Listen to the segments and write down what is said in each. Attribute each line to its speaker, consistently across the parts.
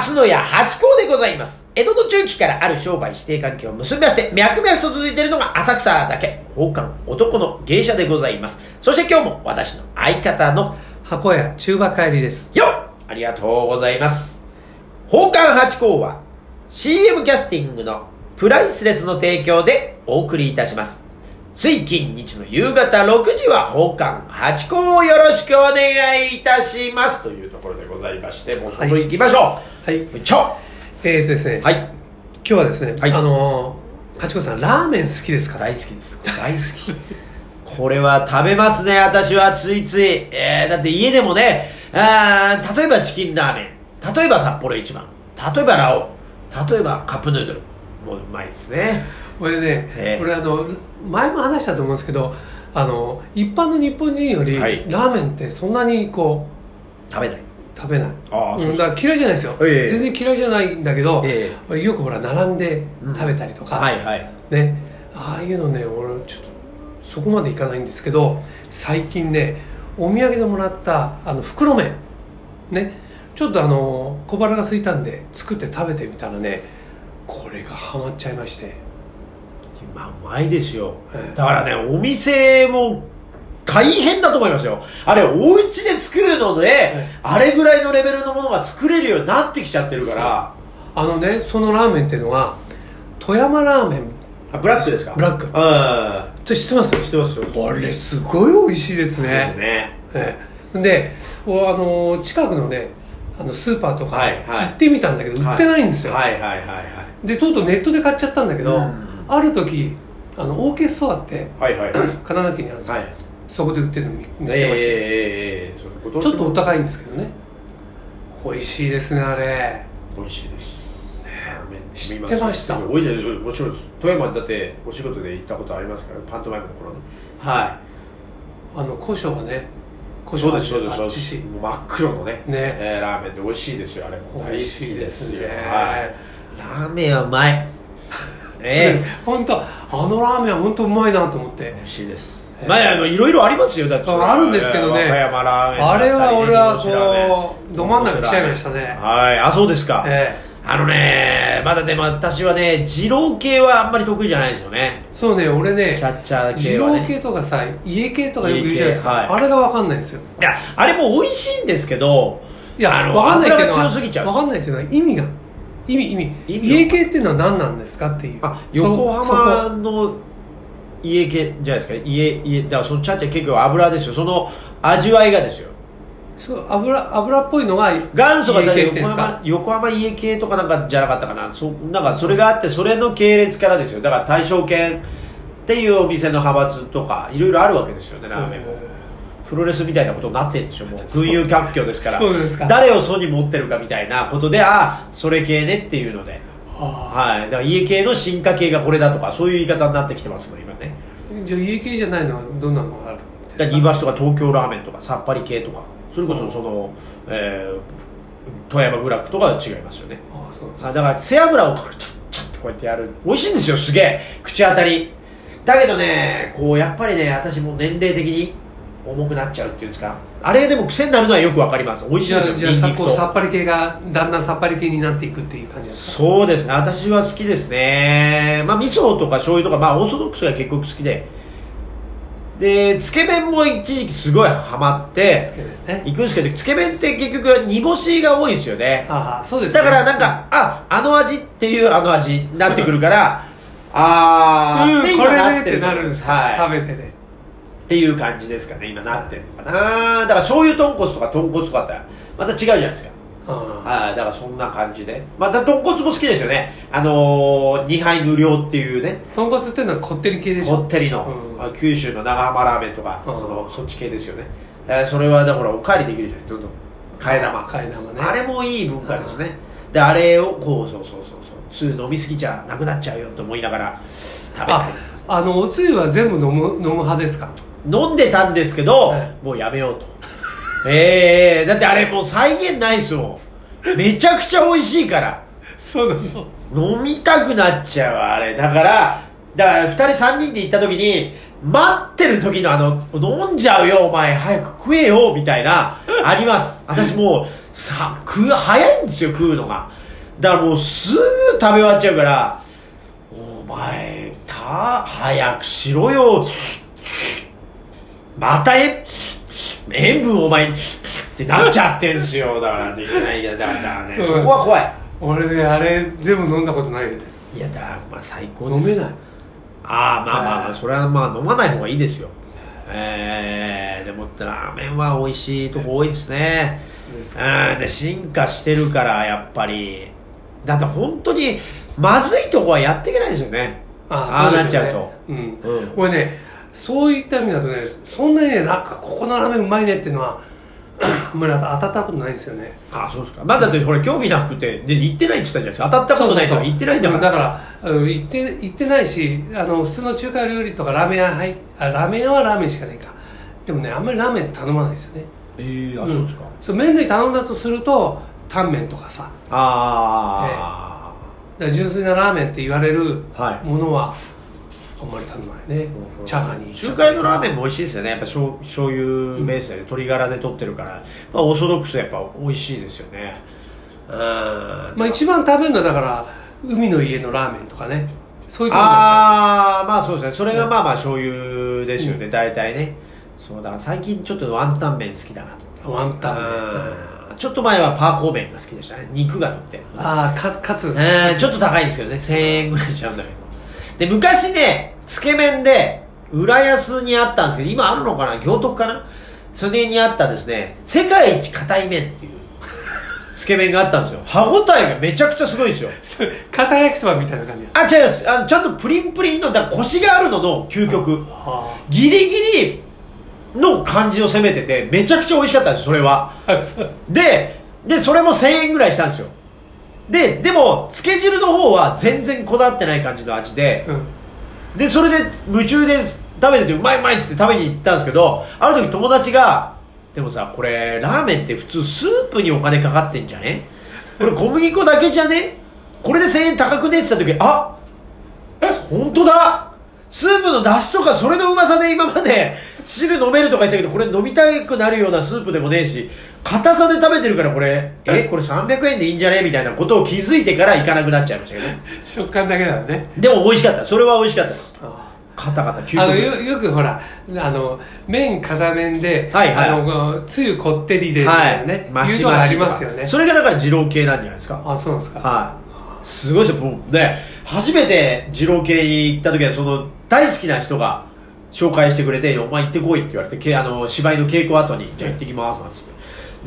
Speaker 1: 蓮野屋八甲でございます。江戸の中期からある商売指定関係を結びまして、脈々と続いているのが浅草だけ、宝冠男の芸者でございます。そして今日も私の相方の
Speaker 2: 箱屋中馬帰りです。
Speaker 1: よっ、ありがとうございます。宝冠八甲は CM キャスティングのプライスレスの提供でお送りいたします。水金日の夕方6時は宝冠八甲をよろしくお願いいたしますというところでございまして、もうそこ行きましょう。
Speaker 2: はい。ですね。
Speaker 1: はい。
Speaker 2: 今日はですね、
Speaker 1: はい、
Speaker 2: 八甲さんラーメン好きですか？
Speaker 1: 大好きです。大好き。これは食べますね、私はついつい。だって家でもね、例えばチキンラーメン、例えば札幌一番、例えばラオウ、例えばカップヌードル、もううまいですね。
Speaker 2: これね、これ前も話したと思うんですけど、一般の日本人より、ラーメンってそんなにこう
Speaker 1: 食べない。
Speaker 2: だから嫌いじゃないですよ、全然嫌いじゃないんだけど、よくほら並んで食べたりとか、ね、ああいうのね、俺ちょっとそこまでいかないんですけど、最近ね、お土産でもらった袋麺ね、ちょっと小腹が空いたんで作って食べてみたらね、これがハマっちゃいまして。
Speaker 1: まあ、うまいですよ。だからね、お店も大変だと思いますよ。あれ、お家で作るので、あれぐらいのレベルのものが作れるようになってきちゃってるから。
Speaker 2: そのラーメンっていうのは、富山ラーメン。
Speaker 1: ブラックですか？
Speaker 2: ブラック。それ知ってます？
Speaker 1: 知ってますよ。
Speaker 2: あれ、すごい美味しいですね。で、近くのね、スーパーとか行ってみたんだけど、売ってないんですよ。で、とうとうネットで買っちゃったんだけど、ある時OKストアって神奈川県にあるんですよ、そこで売ってるの見つけまして、ちょっとお高いんですけどね、美味しいですね。あれ
Speaker 1: 美味しいです、
Speaker 2: 知ってました？
Speaker 1: もちろんです。富山だってお仕事で行ったことありますから、パントマイムの頃ね。
Speaker 2: 胡椒はね、
Speaker 1: そうです真っ黒のね、ラーメンで美味しいですよ。あれも
Speaker 2: 美味しいですね。
Speaker 1: ラーメンはうまい。
Speaker 2: 本当、ラーメンは本当うまいなと思って。
Speaker 1: 美味しいです。いろいろありますよ。だって
Speaker 2: あるんですけどね、
Speaker 1: 和歌山ラーメン、
Speaker 2: あれは俺はこうど真ん中来ちゃいましたね。
Speaker 1: そうですか。まだでも私はね、二郎系はあんまり得意じゃないですよね。
Speaker 2: そうね、俺ね、
Speaker 1: チャッチャー
Speaker 2: 系はね、二郎系とかさ、家系とかよく言うじゃないですか。あれが分かんないんですよ。
Speaker 1: いや、あれも美味しいんですけど、
Speaker 2: 分かんないっていうのは意味が家系っていうのは何なんですかっていう。
Speaker 1: 横浜の家系じゃないですか。家だからそのチャッチャ結構油ですよ。その味わいがですよ。
Speaker 2: そう油っぽいのが
Speaker 1: 元祖が
Speaker 2: 家系ってですか？
Speaker 1: 横浜家系とかなんかじゃなかったかな。なんかそれがあって、それの系列からですよ。だから大正軒っていうお店の派閥とかいろいろあるわけですよね。ラーメンもプロレスみたいなことになってるんですよ。もう群雄割拠ですから、
Speaker 2: そうですか。
Speaker 1: 誰を素に持ってるかみたいなことで、それ系ねっていうので、だから家系の進化系がこれだとか、そういう言い方になってきてますもん今ね。
Speaker 2: じゃあ家系じゃないのはどんなのがあるんですか？
Speaker 1: 煮橋とか東京ラーメンとかさっぱり系とか、それこそ富山ブラックとかは違いますよね。だから背脂をチャッチャッとこうやってやる、美味しいんですよ。すげえ口当たりだけどね、こうやっぱりね、私も年齢的に重くなっちゃうっていうんですか。あれでも癖になるのはよくわかります。美味しいですよ。
Speaker 2: じゃあさっぱり系がだんだんさっぱり系になっていくっていう感じですか？
Speaker 1: そうですね、私は好きですね。味噌とか醤油とか、オーソドックスが結構好きで、つけ麺も一時期すごいハマって行くんですけど、つけ麺って結局煮干しが多いんですよね。
Speaker 2: そうですね。
Speaker 1: だからなんかあの味っていう味になってくるからって今なってる。
Speaker 2: なるんですか？食べてね
Speaker 1: っていう感じですかね。今なってるのかな。だから醤油豚骨とか豚骨とかってまた違うじゃないですか。だからそんな感じで、また豚骨も好きですよね。2杯無料っていうね。
Speaker 2: 豚骨っていうのはこってり系でしょ？
Speaker 1: こってりの、九州の長浜ラーメンとか、そっち系ですよね。それはだからおかわりできるじゃない。どんどん替え玉ね。あれもいい文化ですね。であれをこうつゆ飲みすぎちゃなくなっちゃうよと思いながら食べたり。
Speaker 2: おつゆは全部飲む派ですか？飲
Speaker 1: んでたんですけど、もうやめようと。だってあれもう再現ないですもん。めちゃくちゃ美味しいから。
Speaker 2: そうな
Speaker 1: の。飲みたくなっちゃうあれ。だから2人3人で行った時に、待ってる時の飲んじゃうよお前早く食えよみたいなあります。私もう早いんですよ、食うのが。だからもうすぐ食べ終わっちゃうから、お前早くしろよ、また塩分お前ってなっちゃってんすよ。だからできないや、だからね、そこは怖い。
Speaker 2: 俺ね、あれ全部飲んだことないよね。
Speaker 1: いや、まあ最高です。
Speaker 2: 飲めない。
Speaker 1: まあそれはまあ飲まない方がいいですよ。でもラーメンは美味しいとこ多いですね。
Speaker 2: そうですか。
Speaker 1: で進化してるからやっぱり。だって本当にまずいとこはやっていけないですよね。ああなっちゃうと。
Speaker 2: 俺ね、そういった意味だとね、そんなにね、なんかここのラーメンうまいねっていうのはあんまり当たったことないですよね。
Speaker 1: そうですか。まあだってこれ興味なくてで行ってないって言ったじゃないですか。当たったことないとか行ってないんだから。
Speaker 2: だから行ってないし、普通の中華料理とかラーメン屋ラーメン屋はラーメンしかないか。でもね、あんまりラーメンって頼まないですよね。
Speaker 1: そうですか。
Speaker 2: そう麺類頼んだとするとタンメンとかさ。だから純粋なラーメンって言われるものはあんまり頼まないね。チャーハンに
Speaker 1: 中華のラーメンも美味しいですよね。やっぱ醤油ベースで鶏ガラで取ってるから、まあ、オーソドックスはやっぱ美味しいですよね。
Speaker 2: まあ一番食べるのはだから海の家のラーメンとかね、そういうとこになっちゃう。
Speaker 1: まあそうですね。それがまあ醤油ですよね、大体ね。そうだから最近ちょっとワンタン麺好きだなと思って。
Speaker 2: ワンタン麺、
Speaker 1: ちょっと前はパーコー麺が好きでしたね。肉が乗ってる。
Speaker 2: カツ
Speaker 1: ちょっと高いんですけどね、1000円ぐらいしちゃうんだけど。で昔ね、つけ麺で浦安にあったんですけど、今あるのかな、行徳かな、それにあったですね、世界一硬い麺っていうつけ麺があったんですよ。歯応えがめちゃくちゃすごいんですよ。
Speaker 2: 硬焼きそばみたいな感じ。
Speaker 1: 違います。ちゃんとプリンプリンの、だからコシがあるのの究極。ギリギリの感じを攻めてて、めちゃくちゃ美味しかったんです、それは。で、それも1000円ぐらいしたんですよ。でも、つけ汁の方は全然こだわってない感じの味で、で、それで夢中で食べててうまいうまいっつって食べに行ったんですけど、ある時友達が、でもさ、これ、ラーメンって普通スープにお金かかってんじゃね、これ小麦粉だけじゃね、これで1000円高くねって言った時、本当だ、スープの出汁とかそれのうまさで今まで汁飲めるとか言ったけど、これ飲みたくなるようなスープでもねえし、硬さで食べてるからこれ300円でいいんじゃねみたいなことを気づいてから行かなくなっちゃいましたけど、
Speaker 2: 食感だけだよね。
Speaker 1: でも美味しかった。それは美味しかったです。カタカタ究極。
Speaker 2: よくほら麺片麺で、つゆこってりでね、いうのがありますよね。
Speaker 1: それがだから二郎系なんじゃないですか。
Speaker 2: そうなんですか。
Speaker 1: すごいですよ。で初めて二郎系に行った時はその大好きな人が紹介してくれて、お前行ってこいって言われて、芝居の稽古後にじゃあ行ってきますなんつって、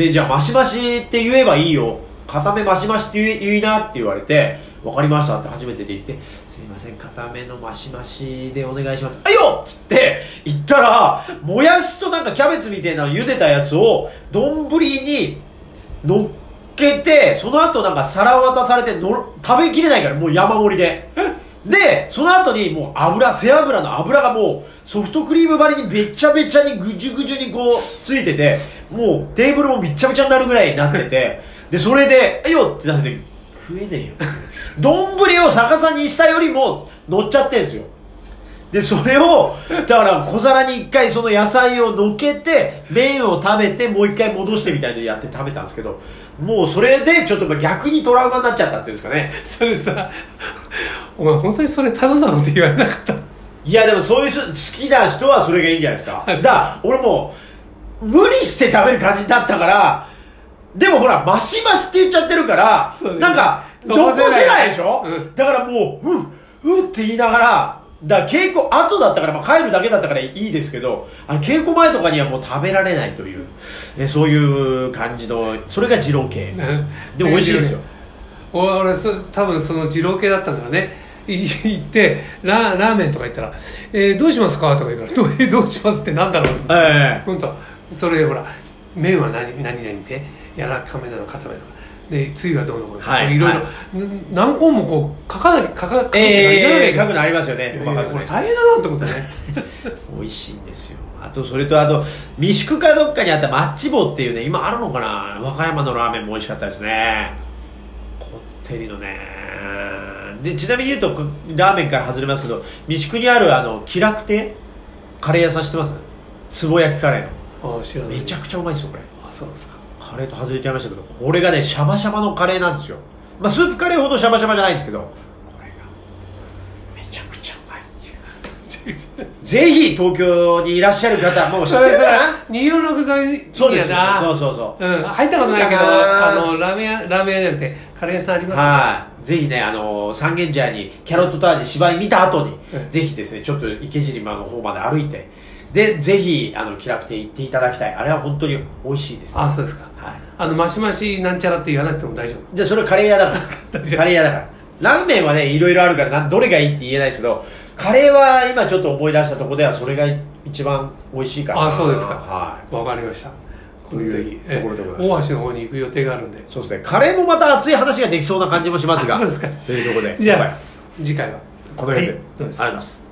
Speaker 1: でじゃあマシマシって言えばいいよ、固めマシマシって言いなって言われて、分かりましたって初めてで言って、すいません固めのマシマシでお願いします、あいよっつって言ったら、もやしとなんかキャベツみたいな茹でたやつを丼に乗っけて、その後なんか皿を渡されて食べきれないから、もう山盛りででその後にもう背脂の油がもうソフトクリーム張りにべちゃべちゃにぐじゅぐじゅにこうついてて、もうテーブルもびっちゃべちゃになるぐらいになっててでそれでえよってなって食えねえよ丼を逆さにしたよりも乗っちゃってんですよ。でそれをだから小皿に一回その野菜をのけて麺を食べてもう一回戻してみたいなのやって食べたんですけど、もうそれでちょっと逆にトラウマになっちゃったっていうんですかね。
Speaker 2: それさ、お前本当にそれ頼んだのって言われなかった？
Speaker 1: いやでもそういう人好きな人はそれがいいんじゃないですか。じゃあ俺も無理して食べる感じだったから、でもほらマシマシって言っちゃってるから、なんか残せないでしょ、だからもうって言いながら、稽古後だったから、帰るだけだったからいいですけど、稽古前とかにはもう食べられないという、そういう感じの、それが二郎系でも美味しいですよ。
Speaker 2: 俺多分その二郎系だったんだろうね。行ってラーメンとか言ったら、どうしますかとか言うから、どうしますってなんだろうって、本当それでほら麺は何々で柔らかめなの固めなので、つゆはどうのこうの、いろいろ何個もこう書くのありますよね。これ大変だなと思ってね
Speaker 1: 美味しいんですよ。それと三宿かどっかにあったマッチ棒っていうね、今あるのかな、和歌山のラーメンも美味しかったですね。こってりのね。でちなみに言うとラーメンから外れますけど、三宿にある気楽亭カレー屋さん知ってます？つぼ焼きカレーの。
Speaker 2: 知らない。
Speaker 1: めちゃくちゃうまいですよこれ。
Speaker 2: そうですか。
Speaker 1: カレーと外れちゃいましたけど、これがねシャバシャバのカレーなんですよ。まあスープカレーほどシャバシャバじゃないんですけど、これがめちゃくちゃうまいっていうぜひ東京にいらっしゃる方もう知ってるかな。
Speaker 2: 246沿いに
Speaker 1: そうです。そう、
Speaker 2: うん、入ったことないけどラーメン屋じゃなくてカレー屋さんありますね。
Speaker 1: はい、ぜひね三軒茶屋にキャロットタワーで芝居見た後に、ぜひですねちょっと池尻の方まで歩いて、でぜひ気楽亭行っていただきたい。あれは本当に美味しいです。
Speaker 2: あ、そうですか。はい、マシマシなんちゃらって言わなくても大丈夫。
Speaker 1: じゃあそれカレー屋だからカレー屋だから。ラーメンはねいろいろあるからどれがいいって言えないですけど、カレーは今ちょっと思い出したところではそれが一番美味しいから。
Speaker 2: あ、そうですか。
Speaker 1: はい、
Speaker 2: わかりました。今度ぜひ
Speaker 1: ところでござ
Speaker 2: います。大橋の方に行く予定があるんで。
Speaker 1: そうですね。カレーもまた熱い話ができそうな感じもしますが。
Speaker 2: そうですか。
Speaker 1: というところで
Speaker 2: じゃあ次回は
Speaker 1: この辺で、ありがとうございます。